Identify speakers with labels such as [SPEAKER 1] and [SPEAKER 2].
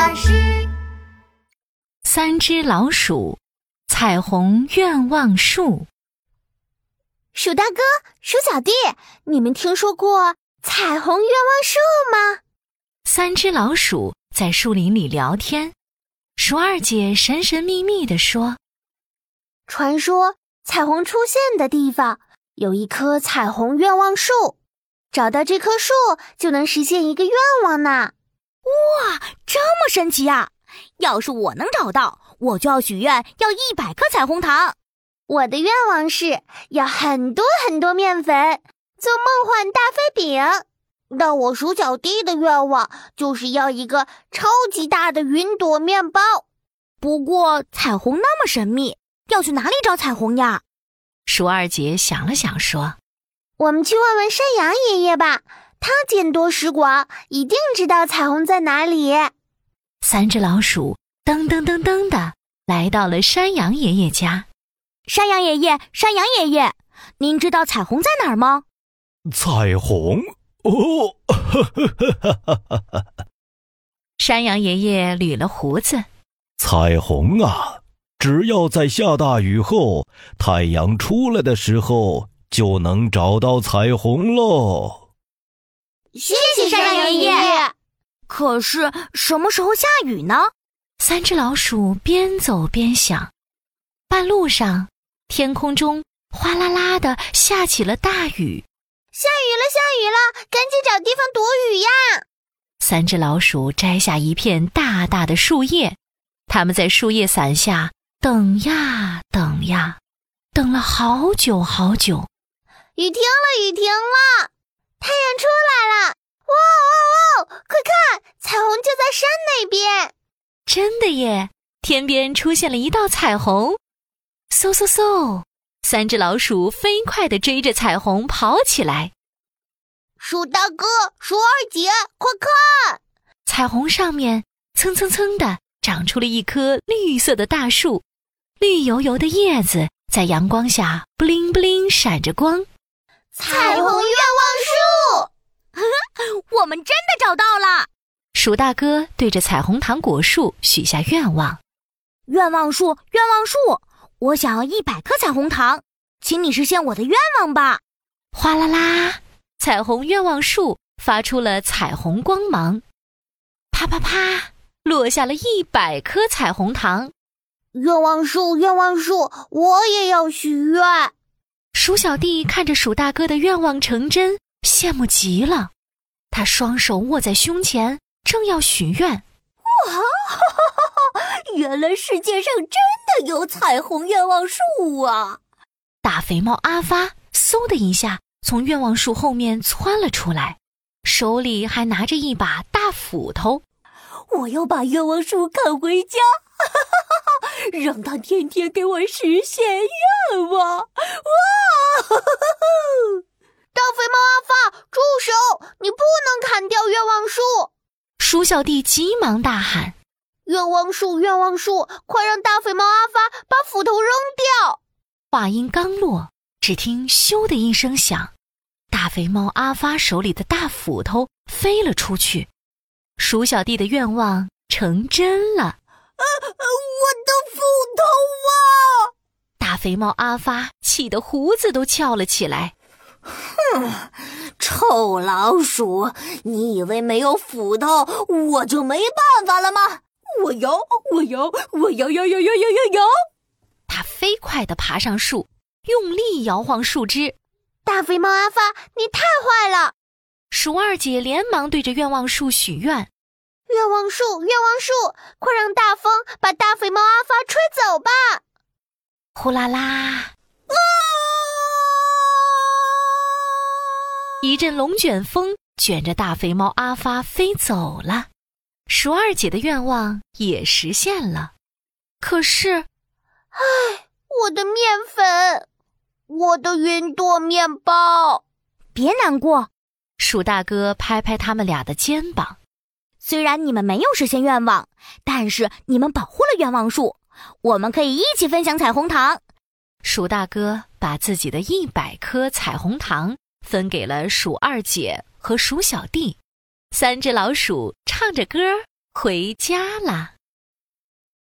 [SPEAKER 1] 巴士。
[SPEAKER 2] 三只老鼠，彩虹愿望树。
[SPEAKER 3] 鼠大哥，鼠小弟，你们听说过彩虹愿望树吗？
[SPEAKER 2] 三只老鼠在树林里聊天，鼠二姐神神秘秘地说：
[SPEAKER 3] 传说彩虹出现的地方有一棵彩虹愿望树，找到这棵树就能实现一个愿望呢。
[SPEAKER 4] 哇，这么神奇啊！要是我能找到，我就要许愿要100颗彩虹糖。
[SPEAKER 3] 我的愿望是要很多很多面粉，做梦幻大飞饼。但我鼠小弟的愿望就是要一个超级大的云朵面包。
[SPEAKER 4] 不过彩虹那么神秘，要去哪里找彩虹呀？
[SPEAKER 2] 鼠二姐想了想说：
[SPEAKER 3] 我们去问问山羊爷爷吧，他见多识广，一定知道彩虹在哪里。
[SPEAKER 2] 三只老鼠噔噔噔噔地来到了山羊爷爷家。
[SPEAKER 4] 山羊爷爷，山羊爷爷，您知道彩虹在哪儿吗？
[SPEAKER 5] 彩虹？哦，
[SPEAKER 2] 山羊爷爷捋了胡子。
[SPEAKER 5] 彩虹啊，只要在下大雨后，太阳出来的时候，就能找到彩虹喽。
[SPEAKER 3] 谢谢山羊爷爷。
[SPEAKER 4] 可是什么时候下雨呢？
[SPEAKER 2] 三只老鼠边走边想。半路上，天空中哗啦啦地下起了大雨。
[SPEAKER 3] 下雨了，赶紧找地方躲雨呀！
[SPEAKER 2] 三只老鼠摘下一片大大的树叶，它们在树叶伞下等呀等呀，等了好久好久。
[SPEAKER 3] 雨停了，太阳出来了！哇，快看，彩虹就在山那边！
[SPEAKER 2] 真的耶，天边出现了一道彩虹。嗖嗖嗖，三只老鼠飞快地追着彩虹跑起来。
[SPEAKER 3] 鼠大哥，鼠二姐，快看！
[SPEAKER 2] 彩虹上面蹭蹭蹭地长出了一棵绿色的大树，绿油油的叶子在阳光下布灵布灵闪着光。
[SPEAKER 3] 彩虹愿望树！
[SPEAKER 4] 我们真的找到了！
[SPEAKER 2] 鼠大哥对着彩虹糖果树许下愿望。
[SPEAKER 4] 愿望树，愿望树，我想要100颗彩虹糖，请你实现我的愿望吧！
[SPEAKER 2] 哗啦啦，彩虹愿望树发出了彩虹光芒，啪啪啪，落下了100颗彩虹糖。
[SPEAKER 3] 愿望树，我也要许愿。
[SPEAKER 2] 鼠小弟看着鼠大哥的愿望成真，羡慕极了。他双手握在胸前，正要许愿。
[SPEAKER 4] 哇，原来世界上真的有彩虹愿望树啊！
[SPEAKER 2] 大肥猫阿发嗖的一下从愿望树后面窜了出来，手里还拿着一把大斧头。
[SPEAKER 4] 我要把愿望树赶回家，让它天天给我实现愿望。哇！
[SPEAKER 3] 大肥猫阿发，住手！你不能砍掉愿望树！
[SPEAKER 2] 鼠小弟急忙大喊：
[SPEAKER 3] 愿望树，快让大肥猫阿发把斧头扔掉！
[SPEAKER 2] 话音刚落，只听咻的一声响，大肥猫阿发手里的大斧头飞了出去。鼠小弟的愿望成真了。
[SPEAKER 4] 我的斧头啊！
[SPEAKER 2] 大肥猫阿发气得胡子都翘了起来。
[SPEAKER 4] 哼，臭老鼠，你以为没有斧头我就没办法了吗？我要！
[SPEAKER 2] 他飞快地爬上树，用力摇晃树枝。
[SPEAKER 3] 大肥猫阿发，你太坏了！
[SPEAKER 2] 鼠二姐连忙对着愿望树许愿。
[SPEAKER 3] 愿望树，快让大风把大肥猫阿发吹走吧！
[SPEAKER 2] 呼啦啦，一阵龙卷风卷着大肥猫阿发飞走了。鼠二姐的愿望也实现了。可是，
[SPEAKER 3] 我的面粉，我的云朵面包。
[SPEAKER 4] 别难过，
[SPEAKER 2] 鼠大哥拍拍他们俩的肩膀。
[SPEAKER 4] 虽然你们没有实现愿望，但是你们保护了愿望树，我们可以一起分享彩虹糖。
[SPEAKER 2] 鼠大哥把自己的100颗彩虹糖分给了鼠二姐和鼠小弟。三只老鼠唱着歌回家啦。